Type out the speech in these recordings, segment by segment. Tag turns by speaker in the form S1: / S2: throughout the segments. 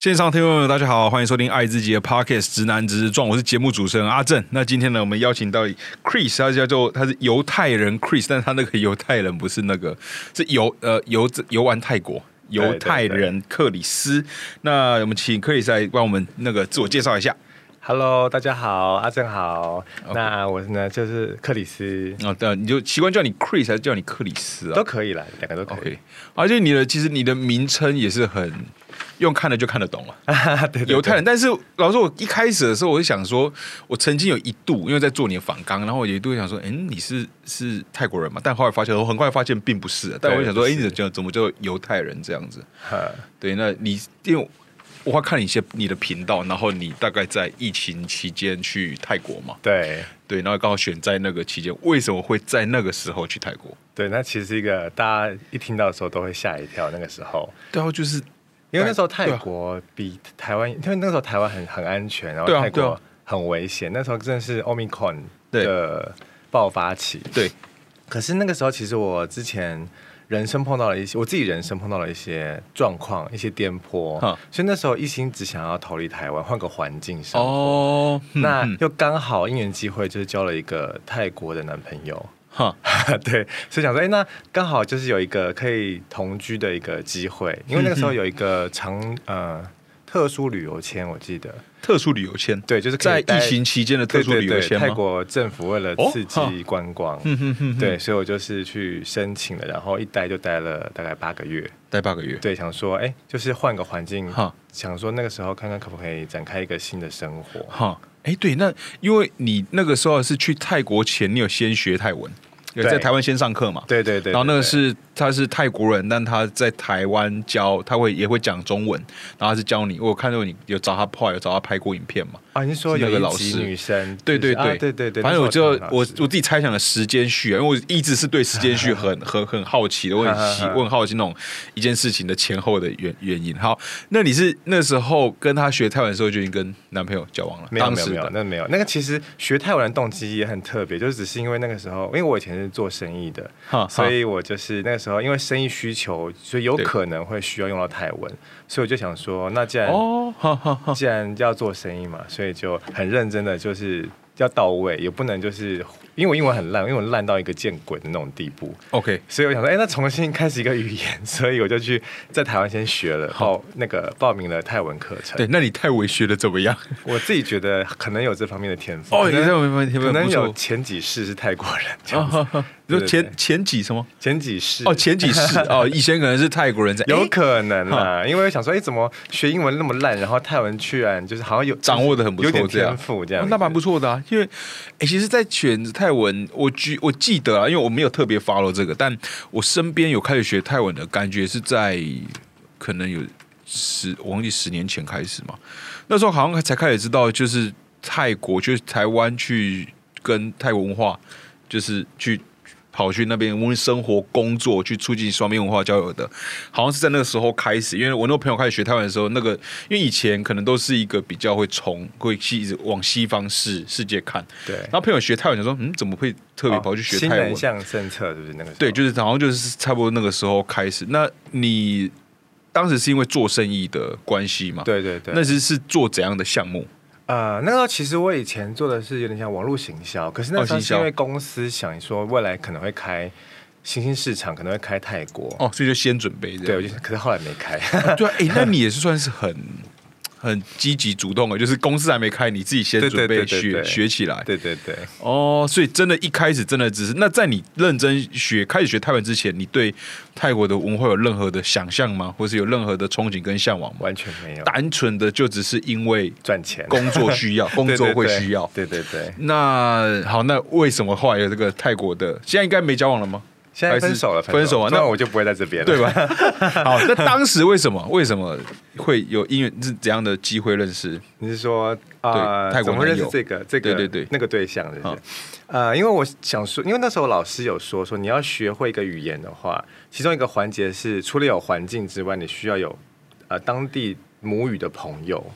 S1: 线上听众朋友大家好，欢迎收听爱自己的 Podcast 直男直撞，我是节目主持人阿正。那今天呢，我们邀请到 Chris， 他是犹太人 Chris， 但是他那个犹太人不是那个，是游玩泰国犹太人克里斯。那我们请克里斯来帮我们那个自我介绍一下。
S2: Hello， 大家好，阿正好。Okay. 那我呢就是克里斯
S1: 对，你就习惯叫你 Chris 还是叫你克里斯啊？
S2: 都可以啦，两个都可以。
S1: Okay. 而且其实你的名称也是很用看了就看得懂了，
S2: 对，
S1: 犹太人。但是老实说，我一开始的时候我就想说，我曾经有一度因为在做你的访纲，然后我有一度想说，你是泰国人嘛？但后来发现，我很快发现并不是。但我就想说，你怎么叫犹太人这样子？对，那你因为我会看你的频道，然后你大概在疫情期间去泰国嘛？
S2: 对，
S1: 然后刚好选在那个期间，为什么会在那个时候去泰国？
S2: 对，那其实是一个大家一听到的时候都会吓一跳。那个时候，
S1: 对啊，就是
S2: 因为那时候泰国比台湾，因为那个时候台湾很安全，然后泰国很危险。那时候真的是 Omicron 的爆发期。对，可是那个时候其实我之前我自己人生碰到了一些状况，一些颠簸，所以那时候一心只想要逃离台湾，换个环境生活。那又刚好因缘机会，就是交了一个泰国的男朋友。对，所以想说，那刚好就是有一个可以同居的一个机会，因为那个时候有一个特殊旅游签，我记得
S1: 特殊旅游签，
S2: 对，就是
S1: 在疫情期间的特殊旅游签吗？
S2: 泰国政府为了刺激观光，对，所以我就是去申请了，然后一待就待了大概8个月，对，想说，就是换个环境，想说那个时候看看可不可以展开一个新的生活。
S1: 对，那因为你那个时候是去泰国前，你有先学泰文。有在台湾先上课嘛？对。然后那个他是泰国人，但他在台湾教，也会讲中文，然后他是教你。我看到你有找他拍过影片嘛？
S2: 你说有一集女生？对。
S1: 反正我自己猜想的时间序，因为我一直是对时间序很好奇的，我很好奇那种一件事情的前后的原因。好，那你是那时候跟他学泰文的时候就已经跟男朋友交往了？
S2: 没有，那个其实学泰文的动机也很特别，就只是因为那个时候，因为我以前是做生意的，所以我就是那个时候因为生意需求，所以有可能会需要用到泰文，所以我就想说，那既然要做生意嘛，所以就很认真的就是要到位，也不能就是因为我英文很烂，因为我烂到一个见鬼的那种地步。OK， 所以我想说，那重新开始一个语言，所以我就去在台湾先学了，报名了泰文课程。
S1: 对，那你泰文学的怎么样？
S2: 我自己觉得可能有这方面的天赋。
S1: 你这方面天赋
S2: 可能有前几世是泰国人这样子。
S1: 前几什么？
S2: 前几世
S1: 前几世以前可能是泰国人在，
S2: 有可能啦，因为想说，怎么学英文那么烂，然后泰文居然就是好像有
S1: 掌握的很不错，
S2: 有点天赋这样，
S1: 那蛮不错的啊。因为其实，在选泰文，我记得啊，因为我没有特别 follow 这个，但我身边有开始学泰文的感觉是在可能有我忘记10年前开始嘛，那时候好像才开始知道，就是泰国，就是台湾去跟泰国文化，就是跑去那边无论生活工作去促进双边文化交流的，好像是在那个时候开始。因为我那个朋友开始学泰文的时候，因为以前可能都是一个比较会一直往西方世界看，对。然后朋友学泰文就说，怎么会特别跑去学泰文？
S2: 新南向政策是不是那个时候？
S1: 对，就是好像就是差不多那个时候开始。那你当时是因为做生意的关系嘛？
S2: 对。
S1: 那是做怎样的项目？
S2: 那时候其实我以前做的是有点像网络行销，可是那时候是因为公司想说未来可能会开新兴市场，可能会开泰国，
S1: 所以就先准备这样。
S2: 对，可是后来没开。
S1: 对啊，那你也是算是很积极主动的，就是公司还没开，你自己先准备学起来。
S2: 对。
S1: 所以真的一开始真的只是那在你认真开始学泰文之前，你对泰国的文化有任何的想象吗？或是有任何的憧憬跟向往吗？
S2: 完全没有，
S1: 单纯的就只是因为
S2: 赚钱、
S1: 工作需要，工作会需要。
S2: 对。
S1: 那好，那为什么后来有这个泰国的？现在应该没交往了吗？
S2: 现在分手了，那我就不会在这边了，
S1: 对吧？好，那当时为什么会有因为是怎样的机会认识？
S2: 你是说泰国怎么认识这个对那个对象是不是？因为我想说，因为那时候老师有说你要学会一个语言的话，其中一个环节是除了有环境之外，你需要有当地母语的朋友。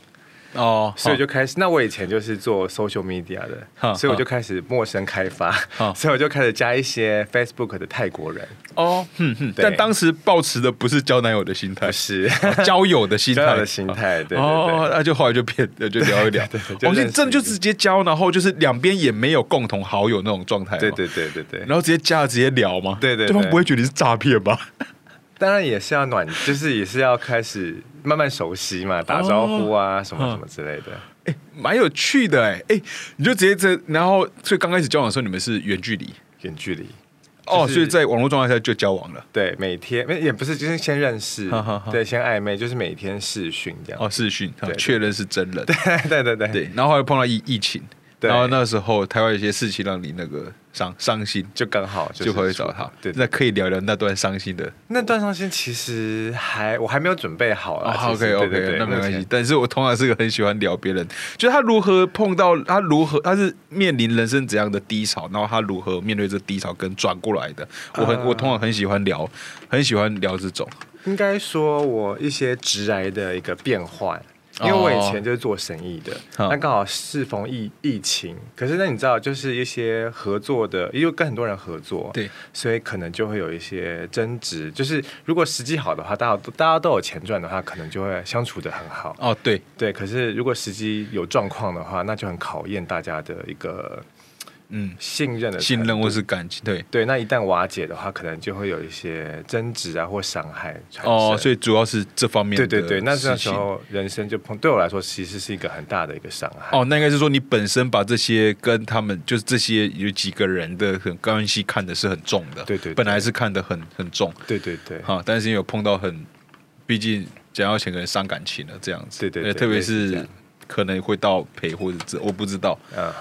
S2: 哦，所以我就开始。那我以前就是做 social media 的，所以我就开始陌生开发，所以我就开始加一些 Facebook 的泰国人。
S1: 哦，但当时抱持的不是交男友的心态，
S2: 不是
S1: 交友的心态，
S2: 交友的心态。对，
S1: 那就后来就变了，就聊一聊。哦，所以真的就直接交，然后就是两边也没有共同好友那种状态。
S2: 对，
S1: 然后直接加了，直接聊嘛。
S2: 对，
S1: 对方不会觉得你是诈骗吧？
S2: 当然也是要就是也是要开始慢慢熟悉嘛，打招呼啊，什么什么之类的。
S1: 蛮有趣的你就直接然后所以刚开始交往的时候，你们是远距离。哦，所以在网络状态下就交往了。
S2: 对，每天也不是，就是先认识，对，先暧昧，就是每天视讯这样。
S1: 哦，视讯，确认是真人。
S2: 对。
S1: 然后后来碰到疫情，然后那时候台湾有些事情让你那个伤心，
S2: 就刚好
S1: 就回找他。对，那可以聊聊那段伤心的。
S2: 那段伤心其实我还没有准备好啦。
S1: OK， 那没关系。但是我通常是个很喜欢聊别人，就是他如何碰到他是面临人生怎样的低潮，然后他如何面对这低潮跟转过来的。我通常很喜欢聊这种。
S2: 应该说我一些直来的一个变换。因为我以前就是做生意的，那刚好适逢疫情，可是那你知道，就是一些合作的，因为跟很多人合作，
S1: 对，
S2: 所以可能就会有一些争执。就是如果时机好的话，大家都有钱赚的话，可能就会相处得很好。
S1: 哦，对。
S2: 可是如果时机有状况的话，那就很考验大家的一个。信任
S1: 或是感情，
S2: 对，那一旦瓦解的话，可能就会有一些争执啊或伤害产生。
S1: 哦，所以主要是这方面的。
S2: 对，那时候人生就对我来说，其实是一个很大的一个伤害。
S1: 哦，那应该是说你本身把这些跟他们就是这些有几个人的关系看的是很重的，
S2: 对，
S1: 本来是看得很重，
S2: 对，
S1: 但是有碰到毕竟讲到钱可能伤感情了这样子，
S2: 对，
S1: 特别是。可能会到赔或者我不知道，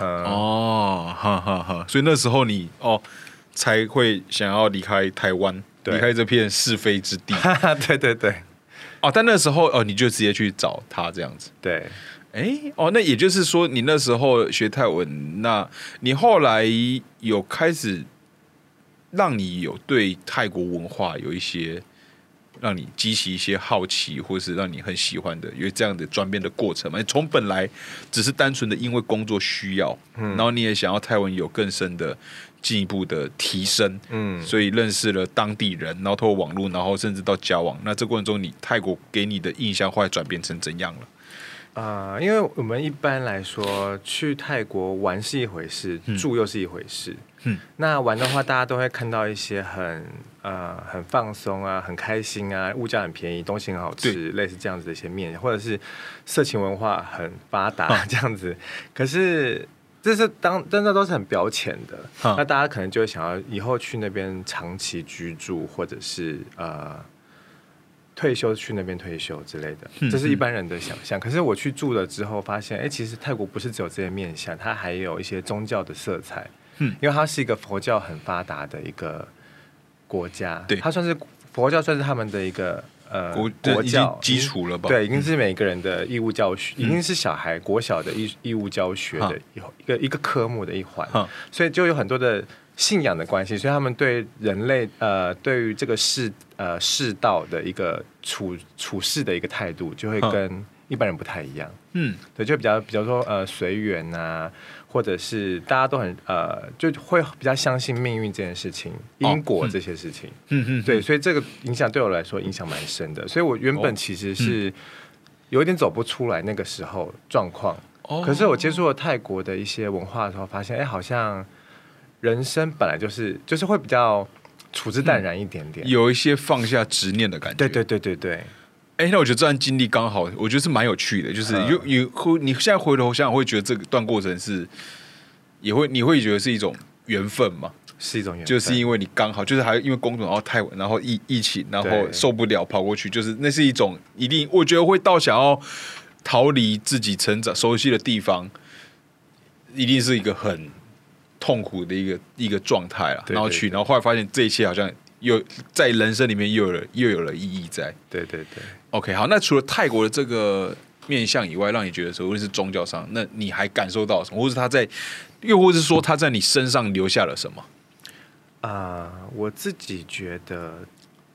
S1: 所以那时候你才会想要离开台湾，离开这片是非之地。
S2: 对。
S1: 但那时候你就直接去找他这样子。
S2: 对。
S1: 那也就是说你那时候学泰文，那你后来有开始让你有对泰国文化有一些。让你激起一些好奇，或是让你很喜欢的，有这样的转变的过程嘛？从本来只是单纯的因为工作需要，然后你也想要泰文有更深的进一步的提升，所以认识了当地人，然后透过网络，然后甚至到交往。那这过程中，你泰国给你的印象后来转变成怎样了？
S2: 因为我们一般来说去泰国玩是一回事，住又是一回事。那玩的话，大家都会看到一些很放松啊，很开心啊，物价很便宜，东西很好吃，类似这样子的一些面，或者是色情文化很发达这样子。可是这是真的都是很表浅的。那大家可能就会想要以后去那边长期居住，或者是退休去那边退休之类的，这是一般人的想象。可是我去住了之后，发现其实泰国不是只有这些面向，它还有一些宗教的色彩。因为它是一个佛教很发达的一个国家，
S1: 对，
S2: 它算是佛教，算是他们的一个国教
S1: 基础了吧？
S2: 对，已经是每个人的义务教学，已经是小孩国小的义务教学的一个科目的一环，所以就有很多的信仰的关系，所以他们对人类对于这个世道的一个处事的一个态度，就会跟一般人不太一样。对，就比较说随缘啊。或者是大家都很就会比较相信命运这件事情，因果这些事情。对，所以这个影响对我来说影响蛮深的。所以我原本其实是有一点走不出来那个时候状况。可是我接触了泰国的一些文化的时候，发现好像人生本来就是会比较处之淡然一点点，
S1: 有一些放下执念的感觉。
S2: 对。
S1: 那我觉得这段经历刚好，我觉得是蛮有趣的。就是你现在回头想想，会觉得这段过程是，你会觉得是一种缘分吗？
S2: 是一种缘分，
S1: 就是因为你刚好就是还因为工作，然后泰文，然后疫情，然后受不了跑过去，就是那是一种一定，我觉得会到想要逃离自己成长熟悉的地方，一定是一个很痛苦的一个状态啦。然后去，然后后来发现这一切好像。又在人生里面又有了意义在。
S2: 对。
S1: OK， 好，那除了泰国的这个面向以外，让你觉得说，无论是宗教上，那你还感受到什么，或是又或是说他在你身上留下了什么？
S2: 我自己觉得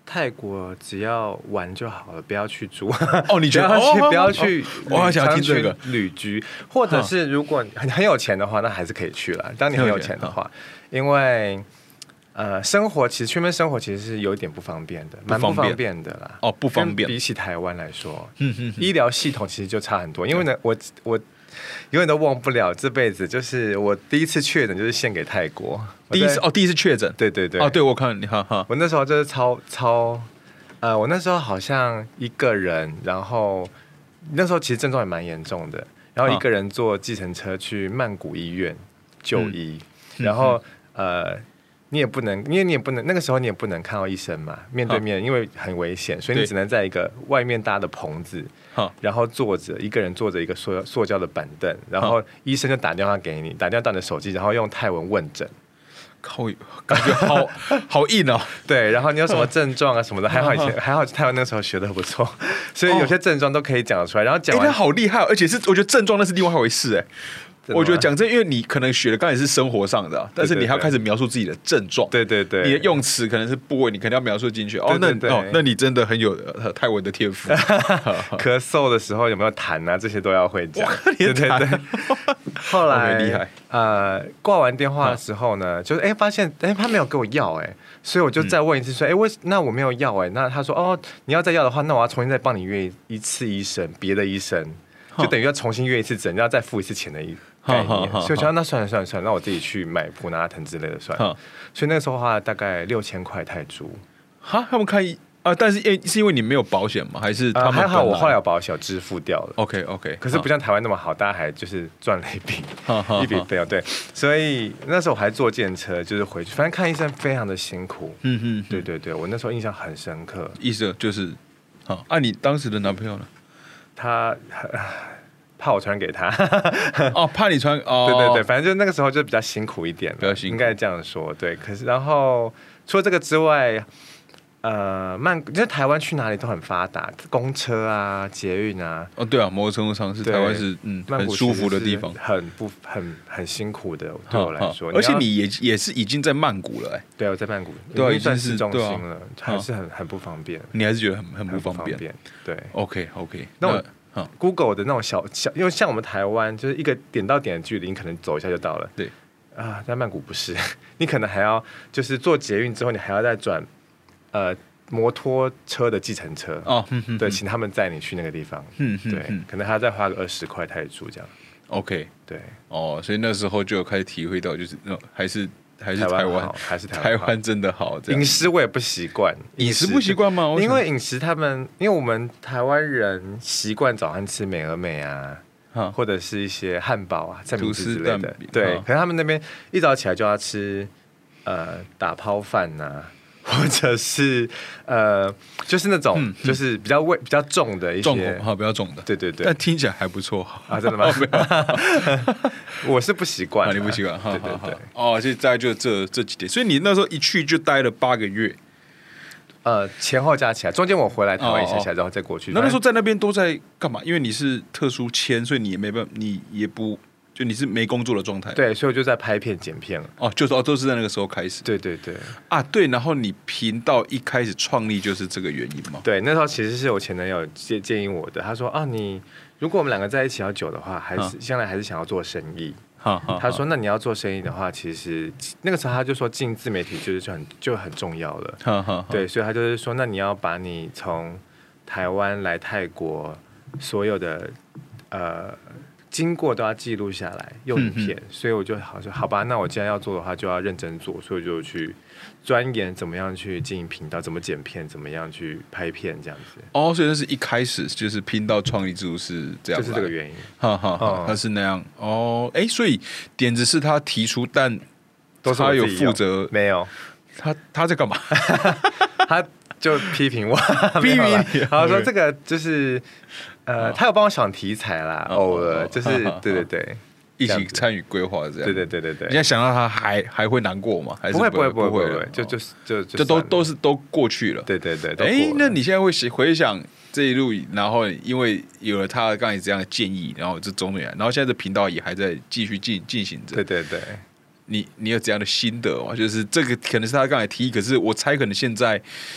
S2: 泰国只要玩就好了，不要去住。
S1: 哦，你觉得
S2: 不要去？
S1: 我好想听这个
S2: 旅居，或者是如果很有钱的话，那还是可以去了。当你很有钱的话，因为生活其实去那边生活其实是有一点不方便的，蛮不方便的啦。
S1: 哦，不方便。
S2: 比起台湾来说，医疗系统其实就差很多。因为呢，我永远都忘不了这辈子，就是我第一次确诊就是献给泰国。
S1: 第一次确诊，
S2: 对对对。
S1: 哦，对我看你哈，
S2: 我那时候就是我那时候好像一个人，然后那时候其实症状也蛮严重的，然后一个人坐计程车去曼谷医院就医，然后你也不能，因为你也不能那个时候你也不能看到医生嘛，面对面，因为很危险，所以你只能在一个外面搭的棚子，然后一个人坐着一个塑胶的板凳，然后医生就打电话给你，打电话到你的手机，然后用泰文问诊。
S1: 感觉好硬哦。
S2: 对，然后你有什么症状啊什么的，还好台湾那时候学的不错，所以有些症状都可以讲得出来。然后讲完，
S1: 他好厉害，而且我觉得症状那是另外一回事哎。我觉得讲真，因为你可能学的刚才是生活上的，但是你还要开始描述自己的症状。
S2: 对对对，
S1: 你的用词可能是部位，你肯定要描述进去。那你真的很有泰文的天赋。
S2: 咳嗽的时候有没有痰啊？这些都要会讲。对对对。后来
S1: 厉害。
S2: 挂完电话的时候呢，就是发现他没有给我药所以我就再问一次说那我没有药那他说你要再要的话，那我要重新再帮你约一次医生，别的医生。就等于要重新约一次诊，要再付一次钱的概念，所以我想那算了，那我自己去买普拿疼之类的算了。所以那个时候花了大概6000块泰铢。
S1: 哈，他们看但是是因为你没有保险吗？还是他们
S2: 还好我后来有保险支付掉了。
S1: OK，
S2: 可是不像台湾那么好，大家还就是赚了一笔费用。对，所以那时候我还坐电车，就是回去，反正看医生非常的辛苦。对对对，我那时候印象很深刻。
S1: 意思就是你当时的男朋友呢？
S2: 他怕我传给他
S1: 怕你传
S2: 对对对，反正就那个时候就比较辛苦一点，
S1: 比较辛苦，
S2: 应该这样说。对，可是然后除了这个之外，就是台湾去哪里都很发达，公车啊、捷运啊。
S1: 对啊，某个程度上是台湾是很舒服的地方，
S2: 很辛苦的对我来说。
S1: 而且你也是已经在曼谷了
S2: 对，我在曼谷，
S1: 对，
S2: 已经算市中心了，还是很不方便。
S1: 你还是觉得很不方便？
S2: 对
S1: ，OK。
S2: 那Google 的那种小，因为像我们台湾就是一个点到点的距离，你可能走一下就到了。
S1: 对
S2: 在曼谷不是，你可能还要就是坐捷运之后，你还要再转摩托车的计程车对，请他们载你去那个地方。对，可能还要再花个20块泰铢这样。
S1: OK，
S2: 对，
S1: 所以那时候就有开始体会到，就是还是台湾，
S2: 还是
S1: 台湾真的好。
S2: 饮食我也不习惯，
S1: 饮食不习惯吗？
S2: 因为饮食因为我们台湾人习惯早上吃美而美啊，或者是一些汉堡啊、三明治之类的。对，可是他们那边一早起来就要吃打抛饭啊。或者是就是那种就是比较重的一些
S1: 比较重的，
S2: 对对对，
S1: 但听起来还不错
S2: 真的吗？我是不习惯，
S1: 你不习惯，
S2: 对对对。
S1: 所以大概就这几天，所以你那时候一去就待了8个月，
S2: 前后加起来，中间我回来台湾一下，然后再过去。
S1: 那时候在那边都在干嘛？因为你是特殊签，所以你也没办法，你也不。就你是没工作的状态，
S2: 对，所以我就在拍片剪片了。
S1: 都是在那个时候开始。
S2: 对对对，
S1: 对，然后你频道一开始创立就是这个原因吗？
S2: 对，那时候其实是我前男友建议我的，他说如果我们2个在一起要久的话，将来还是想要做生意。他说那你要做生意的话，其实那个时候他就说进自媒体就很重要了。对，所以他就是说，那你要把你从台湾来泰国所有的经过都要记录下来，用影片，所以我就说好吧，那我既然要做的话，就要认真做，所以我就去钻研怎么样去经营频道，怎么剪片，怎么样去拍片这样子。
S1: 所以那是一开始就是频道创立之路是这样，
S2: 就是这个原因。
S1: 他是那样所以点子是他提出，但
S2: 都是
S1: 他有负责
S2: 没有？
S1: 他在干嘛？
S2: 他就批评我，
S1: 批评你，
S2: 他说这个就是。他有帮我想题材啦，偶尔就是对对对，
S1: 一起参与规划这样。
S2: 对对对对对。
S1: 你现在想到他还会难过吗？还是
S2: 不会，就
S1: 都过去了。
S2: 对对对。
S1: 那你现在会回想这一路，然后因为有了他刚才这样的建议，然后这种然后现在的频道也还在继续进行着。
S2: 对对对。
S1: 你有这样的心得吗？就是这个可能是他刚才提议，可是我猜可能现在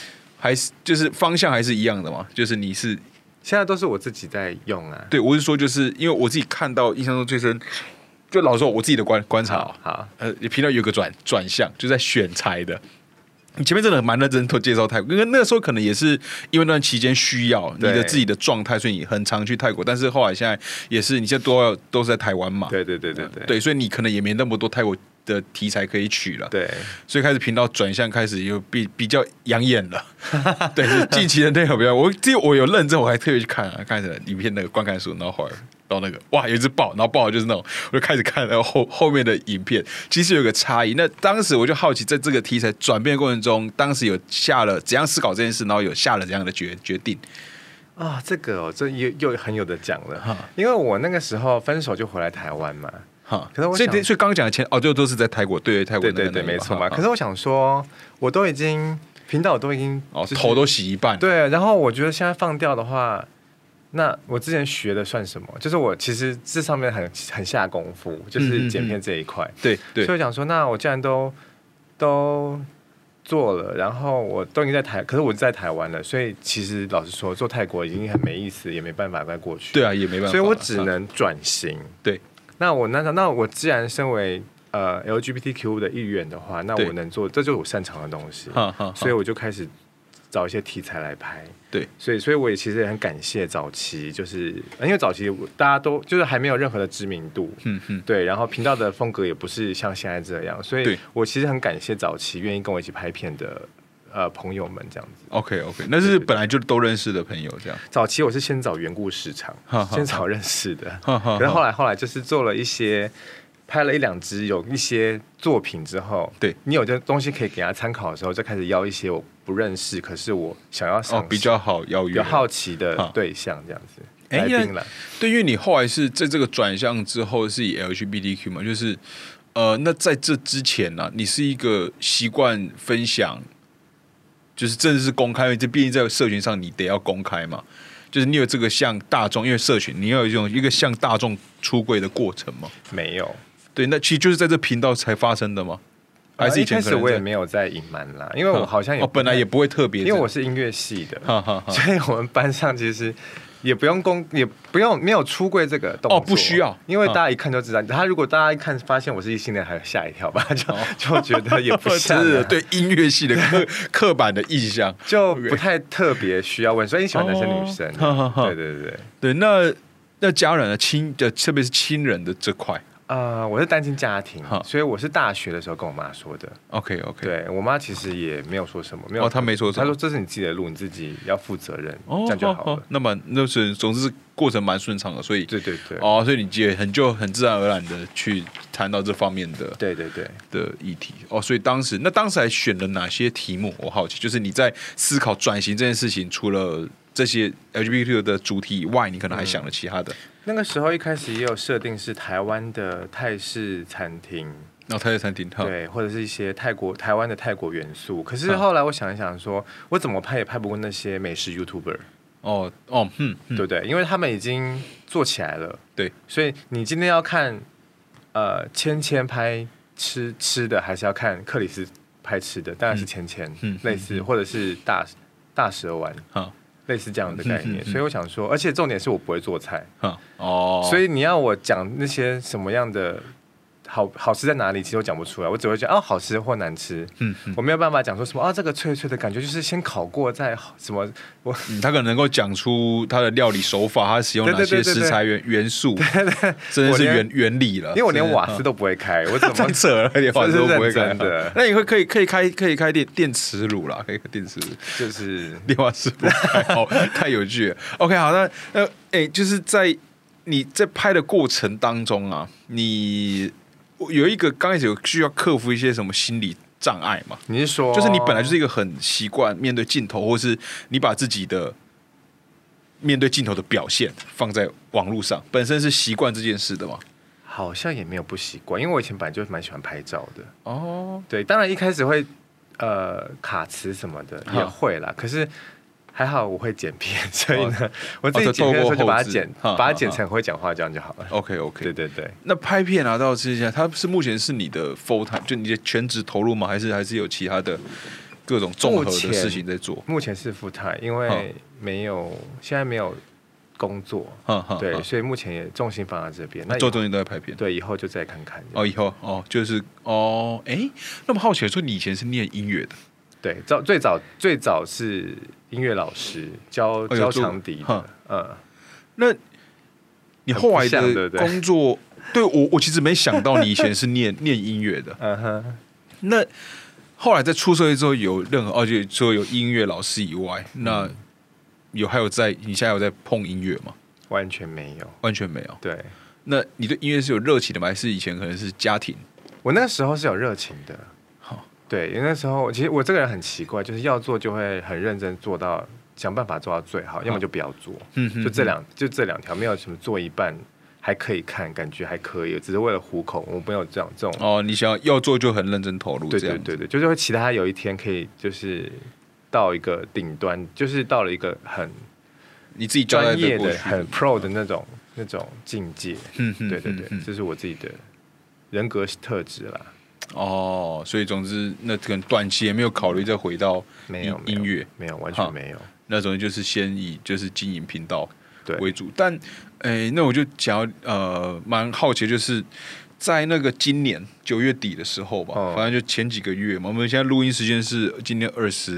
S1: 还是就是方向还是一样的嘛？就是你是
S2: 现在都是我自己在用啊。
S1: 对，我是说，就是因为我自己看到印象中最深，就老实说我自己的观察，
S2: 好，
S1: 你频道有个转向，就在选材的。你前面真的蛮认真的介绍泰国，因为那个时候可能也是因为那段期间需要你的自己的状态，所以你很常去泰国。但是后来现在也是，你现在都是在台湾嘛，
S2: 对，
S1: 所以你可能也没那么多泰国的题材可以取了，
S2: 对，
S1: 所以开始频道转向，开始有比较养眼了。对，是近期的内容比较，我有认真，我还特别去看了影片那个观看数，然后后来到那个哇，有一只豹，然后豹就是那种，我就开始看了后面的影片，其实有个差异。那当时我就好奇，在这个题材转变的过程中，当时有下了怎样思考这件事，然后有下了怎样的决定。
S2: 啊，这个这又很有的讲了，因为我那个时候分手就回来台湾嘛。可是
S1: 所以刚刚讲的就都是在泰国，对泰国
S2: 对，没错嘛。可是我想说，我都已经频道都已经
S1: 头都洗一半，
S2: 对。然后我觉得现在放掉的话，那我之前学的算什么？就是我其实这上面很下功夫，就是剪片这一块。
S1: 对，
S2: 所以我想说，那我既然都做了，然后我都已经可是我在台湾了，所以其实老实说，做泰国已经很没意思，也没办法再过去。
S1: 对啊，也没办法，
S2: 所以我只能转型。
S1: 对。
S2: 那我既然身为LGBTQ 的一员的话，那我能做，这就是我擅长的东西，所以我就开始找一些题材来拍。
S1: 对，
S2: 所以我也其实也很感谢早期，就是因为早期大家都就是还没有任何的知名度，对，然后频道的风格也不是像现在这样，所以我其实很感谢早期愿意跟我一起拍片的朋友们这样子。
S1: OK， 那是本来就都认识的朋友这样。
S2: 早期我是先找缘故市场，先找认识的，可是后来就是做了一些，拍了1-2支有一些作品之后，
S1: 对
S2: 你有这东西可以给他参考的时候，就开始邀一些我不认识，可是我想要上
S1: 比较好邀约、
S2: 比较好奇的对象这样子。来宾了，
S1: 对，因为你后来是在这个转向之后是以 LGBTQ 嘛，就是那在这之前呢，你是一个习惯分享。就是真的是公开，因为这毕竟在社群上你得要公开嘛。就是你有这个向大众，因为社群你要有一个向大众出柜的过程吗？
S2: 没有。
S1: 对，那其实就是在这频道才发生的吗？还是以前
S2: 一开始我也没有在隐瞒啦，因为我好像
S1: 本来也不会特别，
S2: 因为我是音乐系的，所以我们班上其实。也不用没有出柜这个动作
S1: 不需要，
S2: 因为大家一看就知道。如果大家一看发现我是异性恋，还吓一跳吧，就觉得也不像
S1: 对音乐系的刻板的印象，
S2: 就不太特别需要问。所以你喜欢男生女生？
S1: 对，那家人的特别是亲人的这块。
S2: 我是单亲家庭，所以我是大学的时候跟我妈说的。
S1: OK，
S2: 对我妈其实也没有说什么，没有，
S1: 她没说什么，
S2: 她说这是你自己的路，你自己要负责任，这样就好了。
S1: 那是总之过程蛮顺畅的，所以
S2: 对
S1: 所以你也很自然而然的去谈到这方面的的议题所以当时还选了哪些题目？我好奇，就是你在思考转型这件事情，除了这些 LGBT 的主题以外，你可能还想了其他的。
S2: 那个时候一开始也有设定是台湾的泰式餐厅，
S1: 泰式餐厅
S2: 对，或者是一些台湾的泰国元素。可是后来我想一想说，我怎么拍也拍不过那些美食 YouTuber。对不对？因为他们已经做起来了，
S1: 对，
S2: 所以你今天要看芊拍吃的，还是要看克里斯拍吃的？当然是芊，类似或者是大蛇丸。类似这样的概念，所以我想说，而且重点是我不会做菜，所以你要我讲那些什么样的好吃在哪里，其实我讲不出来，我只会讲好吃或难吃，我没有办法讲说什么这个脆脆的感觉就是先烤过再什么，
S1: 他可能能够讲出他的料理手法，他使用哪些食材元素，真的是原理了，
S2: 因为我连瓦斯都不会开，我怎么
S1: 太扯了，连瓦斯都不会开
S2: 的。
S1: 那你可以开电磁炉啦，可以开电磁炉，
S2: 就是
S1: 电瓦斯不开，太有趣了。OK， 好，那就是在你在拍的过程当中啊，你有一个刚开始有需要克服一些什么心理障碍嘛？
S2: 你是说，
S1: 就是你本来就是一个很习惯面对镜头，或是你把自己的面对镜头的表现放在网络上，本身是习惯这件事的吗？
S2: 好像也没有不习惯，因为我以前本来就蛮喜欢拍照的。对，当然一开始会卡词什么的也会啦，可是。还好我会剪片，所以呢，我自己剪片的时候就把它剪成会讲话这样就好了。
S1: OK，
S2: 对。
S1: 那拍片啊，到之前它是目前是你的 full time，就你的全职投入吗？还是有其他的各种综合的事情在做。
S2: 目前是 full time， 因为现在没有工作，对，所以目前也重心放在这边。那
S1: 做重心都在拍片，
S2: 对，以后就再看看。
S1: 以后就是那么好奇说，你以前是念音乐的？
S2: 对，最早是音乐老师教长笛的，
S1: 那你后来的工作，对我其实没想到你以前是念音乐的，那后来在出社会之后，有任何就除了有音乐老师以外，那你现在有在碰音乐吗？
S2: 完全没有，
S1: 完全没有。
S2: 对，
S1: 那你对音乐是有热情的吗？还是以前可能是家庭？
S2: 我那时候是有热情的。对，因为那时候其实我这个人很奇怪，就是要做就会很认真做到，想办法做到最好，要么就不要做。就这两条，没有什么做一半还可以看，感觉还可以，只是为了糊口，我没有这种。
S1: 你想要做就很认真投入，
S2: 对，就是会期待他有一天可以就是到一个顶端，就是到了一个很
S1: 你自己
S2: 专业的、很 pro 的那种境界。对，这是我自己的人格特质啦。
S1: 所以总之，那可能短期也没有考虑再回到音乐，
S2: 没有，完全没有。
S1: 那种就是先以就是经营频道为主。但那我就想要蛮好奇，就是在那个今年9月底的时候吧，反正就前几个月嘛。我们现在录音时间是今天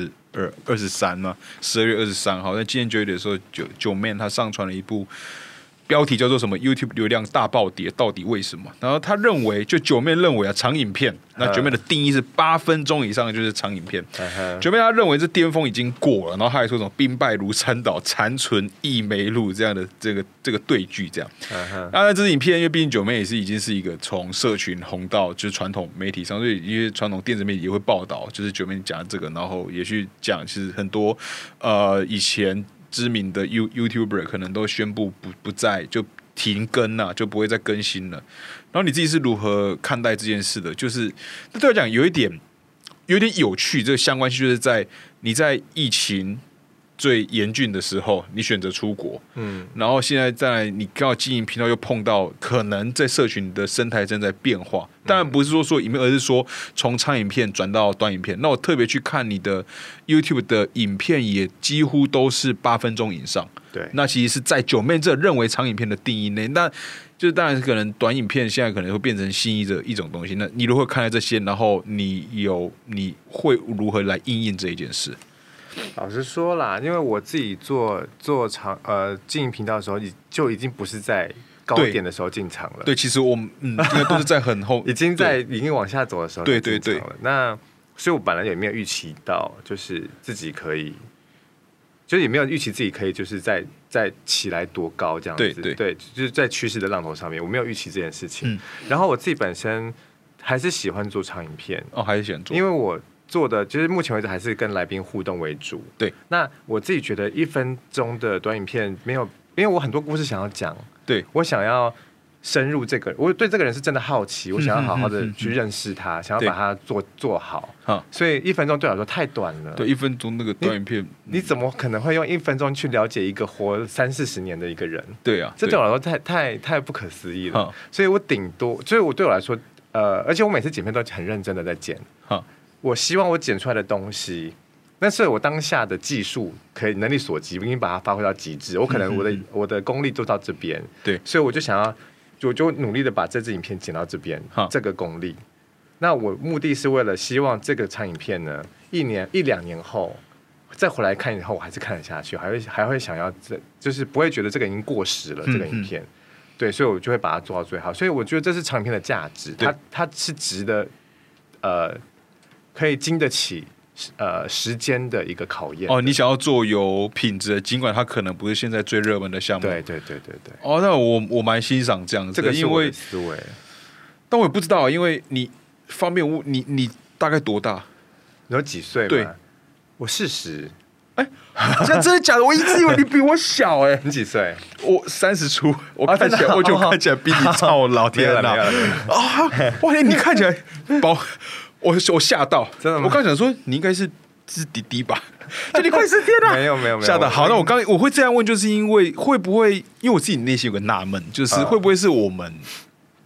S1: 23嘛，12月23号。在今年9月底的时候，9man 他上传了一部。标题叫做什么 ？YouTube 流量大暴跌，到底为什么？然后他认为，就9man认为长影片，那9man的定义是8分钟以上就是长影片。9man他认为这巅峰已经过了，然后他还说什么兵败如山倒，残存亦没路这样的这个对句这样。当然，这支影片因为毕竟9man也是已经是一个从社群红到就是传统媒体上，所以因为传统电子媒体也会报道，就是9man讲这个，然后也去讲，其实很多以前。知名的 YouTuber 可能都宣布不再就停更啊，就不会再更新了。然后你自己是如何看待这件事的？就是那对我讲有一点有趣，这个相关性就是在你在疫情最严峻的时候，你选择出国，然后现在在你刚好经营频道又碰到可能在社群的生态正在变化。当然不是说影片，而是说从长影片转到短影片。那我特别去看你的 YouTube 的影片，也几乎都是8分钟以上。
S2: 对，
S1: 那其实是在9man这认为长影片的定义内，那就是当然可能短影片现在可能会变成新的一种东西。那你如何看待这些？然后你会如何来因应这一件事？
S2: 老实说啦，因为我自己做经营频道的时候，就已经不是在高点的时候进场了。
S1: 对，其实我们应该都是在很后，
S2: 已经往下走的时候进场了。那所以我本来也没有预期到，就是自己可以，就是也没有预期自己可以，就是再起来多高这样子。对，就是在趋势的浪头上面，我没有预期这件事情。然后我自己本身还是喜欢做长影片，
S1: 还是喜欢做，
S2: 因为我做的就是目前为止还是跟来宾互动为主。
S1: 对，
S2: 那我自己觉得1分钟的短影片没有，因为我很多故事想要讲，
S1: 对，
S2: 我想要深入这个，我对这个人是真的好奇，我想要好好的去认识他，想要把他做好。所以1分钟对我来说太短了。
S1: 对，1分钟那个短影片，
S2: 你怎么可能会用1分钟去了解一个活30-40年的一个人？
S1: 对啊，
S2: 这对我来说太不可思议了。所以我顶多，所以对我来说，而且我每次剪片都很认真的在剪。我希望我剪出来的东西，那是我当下的技术可以能力所及，我已经把它发挥到极致。我可能我的功力做到这边，
S1: 对，
S2: 所以我就想要，我就努力的把这支影片剪到这边，这个功力。那我目的是为了希望这个长影片呢，1-2年后再回来看以后，我还是看得下去，还会想要就是不会觉得这个已经过时了，这个影片。对，所以我就会把它做到最好。所以我觉得这是长影片的价值，它是值得可以经得起时间的一个考验。
S1: 你想要做有品质的，尽管它可能不是现在最热门的项目。
S2: 对。
S1: 那我蛮欣赏这样子的，
S2: 这个是我的思维。
S1: 但我也不知道，因为你方便你大概多大？
S2: 你有几岁吗？
S1: 对，
S2: 我40。
S1: 真的假的？我一直以为你比我小
S2: 你几岁？
S1: 我30出，我看起来我就看起来比你超老天哪！哇，你看起来我吓到，
S2: 真的吗？
S1: 我刚想说你应该是弟弟吧，就你快10天了，
S2: 没有
S1: 吓到。好，那我会这样问，就是因为会不会？因为我自己内心有个纳闷，就是会不会是我们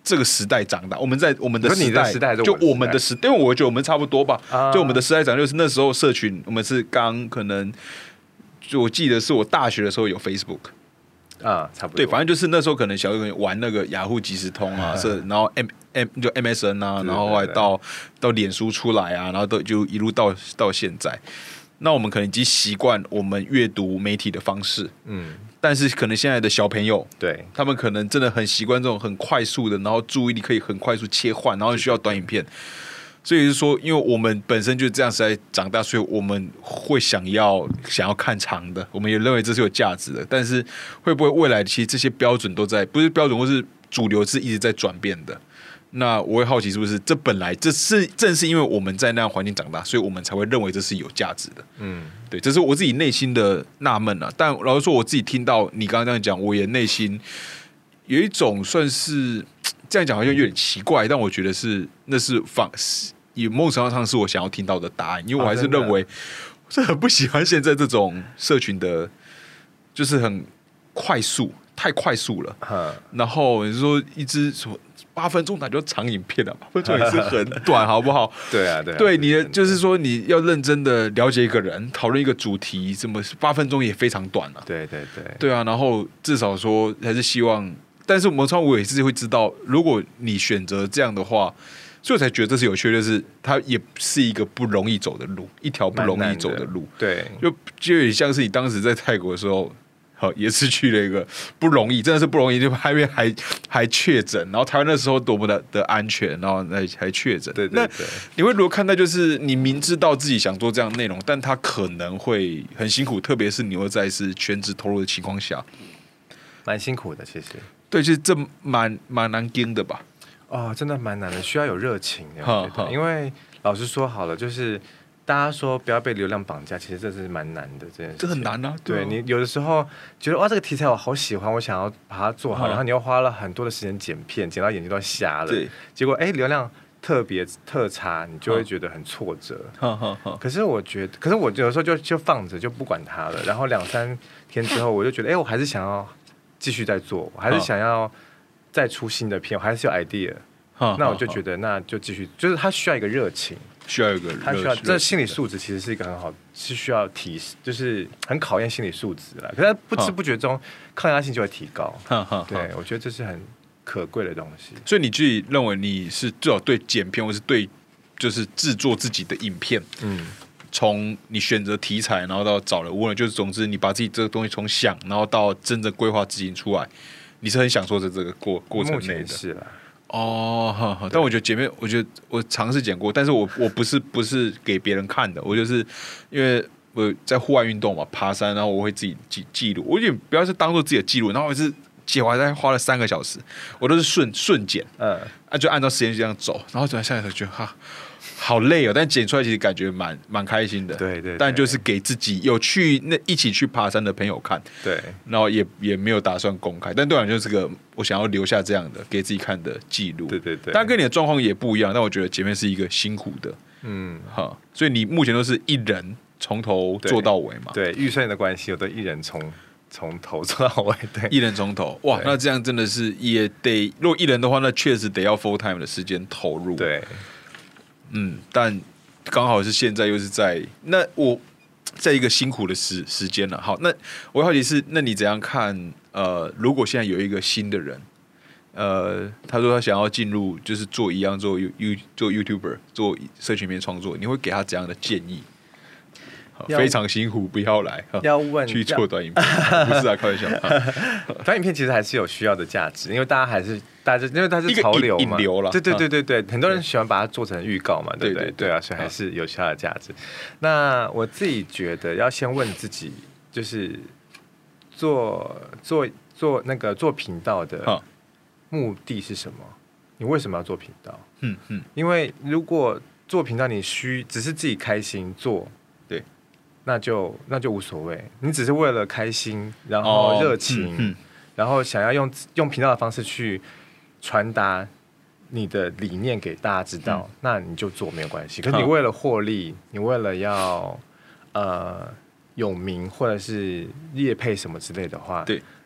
S1: 这个时代长大，我们在我们的时代，
S2: 就
S1: 我们的时代，因为我觉得我们差不多吧。就我们的时代长，就是那时候社群，我们是可能，就我记得是我大学的时候有 Facebook
S2: 啊，差不多。
S1: 对，反正就是那时候可能小朋友玩那个雅虎即时通啊，然后就 MSN 啊，然后后来到脸书出来啊，然后就一路到现在。那我们可能已经习惯我们阅读媒体的方式，但是可能现在的小朋友，
S2: 对，
S1: 他们可能真的很习惯这种很快速的，然后注意力可以很快速切换，然后需要短影片。所以是说，因为我们本身就这样在长大，所以我们会想要看长的，我们也认为这是有价值的。但是会不会未来其实这些标准都在，不是标准或是主流是一直在转变的？那我会好奇，是不是正是因为我们在那样环境长大，所以我们才会认为这是有价值的。对，这是我自己内心的纳闷啊。但老实说，我自己听到你刚刚这样讲，我也内心有一种算是这样讲好像有点奇怪，但我觉得那是以某种程度上是我想要听到的答案，因为我还是认为我是很不喜欢现在这种社群的，就是很快速，太快速了。然后你说一支8分钟那就长影片了，8分钟也是很短，好不好？
S2: 对啊，
S1: 对你的就是说你要认真的了解一个人，讨论一个主题，怎么8分钟也非常短了。对啊，然后至少说还是希望，但是我也是会知道，如果你选择这样的话，所以我才觉得这是有趣的，就是它也是一个不容易走的路，一条不容易走的路。
S2: 对，
S1: 就有点像是你当时在泰国的时候。好，也是去了一个不容易，真的是不容易，就还确诊，然后台湾那时候多么的安全，然后还确诊。
S2: 对。
S1: 那你会如何看待？就是你明知道自己想做这样的内容，但他可能会很辛苦，特别是你又在是全职投入的情况下，
S2: 蛮辛苦的。其实，
S1: 对，其实这蛮难经的吧？
S2: 哦，真的蛮难的，需要有热情的。因为老实说好了，就是。大家说不要被流量绑架，其实这是蛮难的，这件事情。
S1: 这很难啊！
S2: 对，你有的时候觉得哇，这个题材我好喜欢，我想要把它做好，然后你又花了很多的时间剪片，剪到眼睛都瞎了。
S1: 对，
S2: 结果流量特差，你就会觉得很挫折。可是我有的时候就放着，就不管它了。然后2-3天之后，我就觉得我还是想要继续再做，我还是想要再出新的片，我还是有 idea。那我就觉得那就继续，就是它需要一个热情。他需要这心理素质其实是一个很好，是需要就是很考验心理素质啦。可是不知不觉中，抗压性就会提高。对，我觉得这是很可贵的东西。
S1: 所以你自己认为你是最好对剪片，或是对就是制作自己的影片，从你选择题材，然后到找人问，就是总之你把自己这个东西从想，然后到真正规划执行出来，你是很享受这个过程内的。
S2: 是啦。
S1: 但我觉得剪片，我觉得我尝试剪过，但是我不是给别人看的，我就是因为我在户外运动嘛，爬山，然后我会自己记录，我也不要是当做自己的记录，然后我是剪完大概花了3个小时，我都是顺剪，就按照时间这样走，然后转下来的时候觉得好累哦，但剪出来其实感觉蛮开心的，
S2: 对，
S1: 但就是给自己有一起去爬山的朋友看，
S2: 对，
S1: 然后也没有打算公开，但对我来说就是个我想要留下这样的给自己看的记录，
S2: 对，
S1: 当然跟你的状况也不一样，但我觉得前面是一个辛苦的，所以你目前都是一人从头做到尾嘛，
S2: 对，预算的关系，我都一人从头做到尾，对，
S1: 一人从头，哇，那这样真的是也得，如果一人的话，那确实得要 full time 的时间投入，
S2: 对。
S1: 但刚好是现在又是在那我在一个辛苦的时间了。好，那我好奇是，那你怎样看？如果现在有一个新的人，他说他想要进入，就是做 YouTuber， 做社群片创作，你会给他怎样的建议？非常辛苦，不要来。
S2: 要问
S1: 去做短影片，不是啊，开玩笑。
S2: 短影片其实还是有需要的价值，因为大家因为它是潮流嘛，
S1: 引流了。
S2: 对，很多人喜欢把它做成预告嘛，对不对？对啊，所以还是有需要的价值。那我自己觉得要先问自己，就是做那个做频道的目的是什么？你为什么要做频道？因为如果做频道你只是自己开心做。那就无所谓，你只是为了开心，然后热情，然后想要用频道的方式去传达你的理念给大家知道，那你就做没有关系。可是你为了获利，你为了要有名或者是业配什么之类的话，
S1: 对，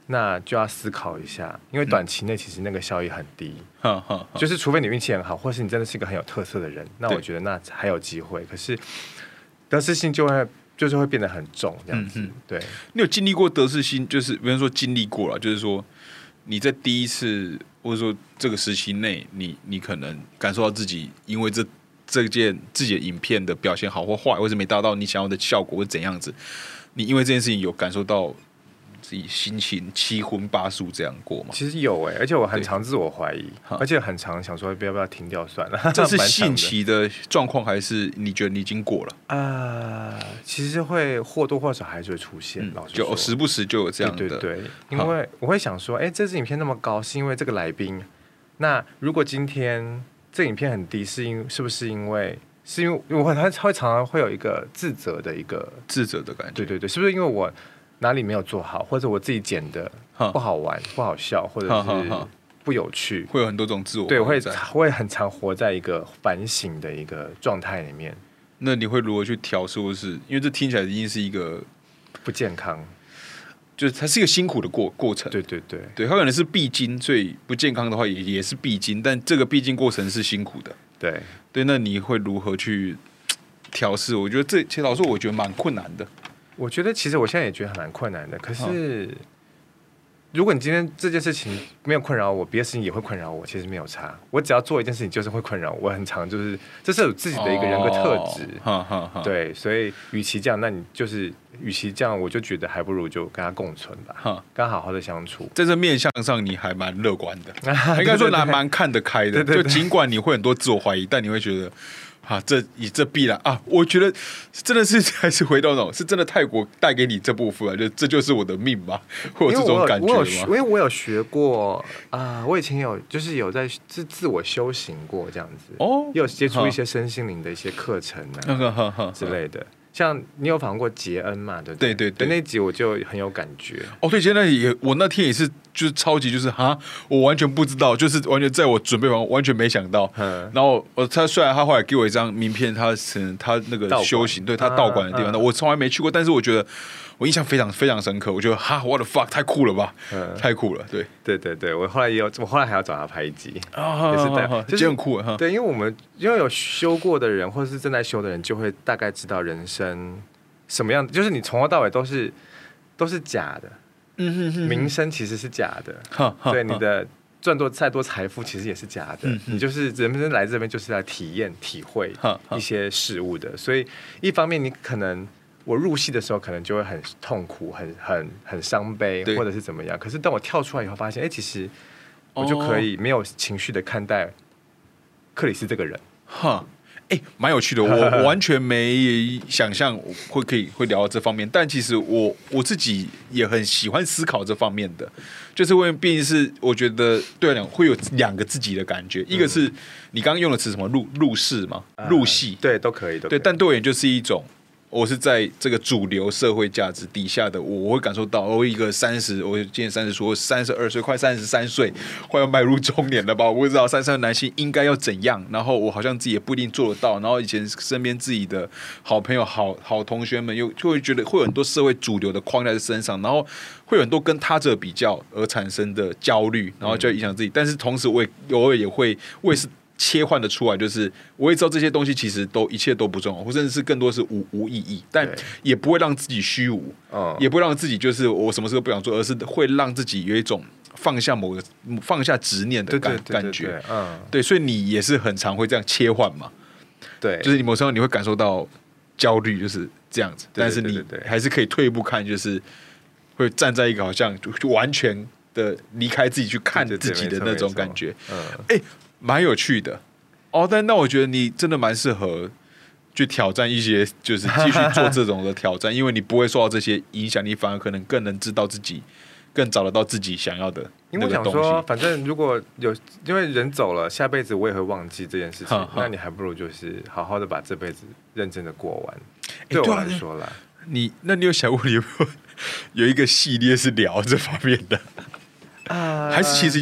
S2: 那就要思考一下，因为短期内其实那个效益很低，就是除非你运气很好，或是你真的是一个很有特色的人，那我觉得那还有机会。可是得失心就是会变得很重，这样子。对，
S1: 你有经历过得失心，就是比方说经历过了，就是说你在第一次或者说这个时期内，你可能感受到自己因为这件自己的影片的表现好或坏，或是没达到你想要的效果，或怎样子，你因为这件事情有感受到自己心情七荤八素这样过吗？
S2: 其实有而且我很常自我怀疑，而且很常想说要不要停掉算了。
S1: 这是近期的状况，还是你觉得你已经过了？
S2: 其实会或多或少还是会出现，老实说，
S1: 就时不时就有这样的。
S2: 对，因为我会想说，这支影片那么高，是因为这个来宾。那如果今天这影片很低，是不是因为？是因为他会常常会有一个自责的感觉，对，是不是因为我哪里没有做好，或者我自己剪的不好玩、不好笑，或者是不有趣，
S1: 会有很多种自我
S2: 对，会很常活在一个反省的一个状态里面。
S1: 那你会如何去调试？或是因为这听起来已经是一个
S2: 不健康，
S1: 就是它是一个辛苦的过程。对，它可能是必经，所以不健康的话也是必经，但这个必经过程是辛苦的。对，那你会如何去调试？我觉得其实老实说，我觉得蛮困难的。
S2: 我觉得其实我现在也觉得蛮困难的。可是，如果你今天这件事情没有困扰我，别的事情也会困扰我，其实没有差。我只要做一件事情，就是会困扰我。很常就是这是有自己的一个人格特质。对，所以与其这样，我就觉得还不如就跟他共存吧，跟他好好的相处。
S1: 在这面向上，你还蛮乐观的，应该说蛮看得开的。就尽管你会很多自我怀疑，但你会觉得。这必然啊！我觉得真的是还是回到那种，是真的泰国带给你这部分，这就是我的命吧，会有这种感觉吗？
S2: 因为我有学过我以前有在自我修行过这样子，也有接触一些身心灵的一些课程之类的。像你有访问过杰恩嘛？对，那集我就很有感觉。
S1: 对，杰恩我那天也是，就是超级就是我完全不知道，就是完全在我准备完完全没想到。然后他虽然他后来给我一张名片，他那个修行，对他道馆的地方，我从来没去过，但是我觉得我印象非常非常深刻。我觉得what the fuck， 太酷了吧，太酷了。
S2: 对，我后来还要找他拍一集，也是
S1: 就是很酷
S2: 对，因为有修过的人，或者是正在修的人，就会大概知道人生什么样，就是你从头到尾都是假的，名声其实是假的，对，你的赚再多财富其实也是假的，你就是人来这边就是来体验体会一些事物的，所以一方面你可能我入戏的时候可能就会很痛苦，很伤悲，或者是怎么样，可是当我跳出来以后发现其实我就可以没有情绪的看待克里斯这个人，
S1: 蛮有趣的，我完全没想象会聊到这方面，但其实我自己也很喜欢思考这方面的，就是因为毕竟是我觉得对我来讲会有两个自己的感觉，一个是你刚刚用的词什么入世嘛，入戏，
S2: 对，都可以，
S1: 对，但对我而言就是一种。我是在这个主流社会价值底下的，我会感受到，我一个我今年30出，32岁，快33岁，快要迈入中年了吧？我不知道33的男性应该要怎样，然后我好像自己也不一定做得到，然后以前身边自己的好朋友、好同学们，就会觉得会有很多社会主流的框在身上，然后会有很多跟他者比较而产生的焦虑，然后就影响自己。但是同时，我也偶尔我也是。切换的出来，就是我也知道这些东西其实一切都不重要，或甚至是更多是无意义，但也不会让自己虚无，也不会让自己就是我什么事都不想做，而是会让自己有一种放下执念的感觉。对，所以你也是很常会这样切换嘛？对，就是你某时候你会感受到焦虑，就是这样子，但是你还是可以退一步看，就是会站在一个好像就完全的离开自己去看自己的那种感觉。蛮有趣的但那我觉得你真的蛮适合去挑战一些，就是继续做这种的挑战，因为你不会受到这些影响，你反而可能更能知道自己，更找得到自己想要的那个东西。因为我想说，
S2: 反正如果因为人走了，下辈子我也会忘记这件事情，那你还不如就是好好的把这辈子认真的过完。对我来说啦，
S1: 那你有想过你有一个系列是聊这方面的？还是其实已经有？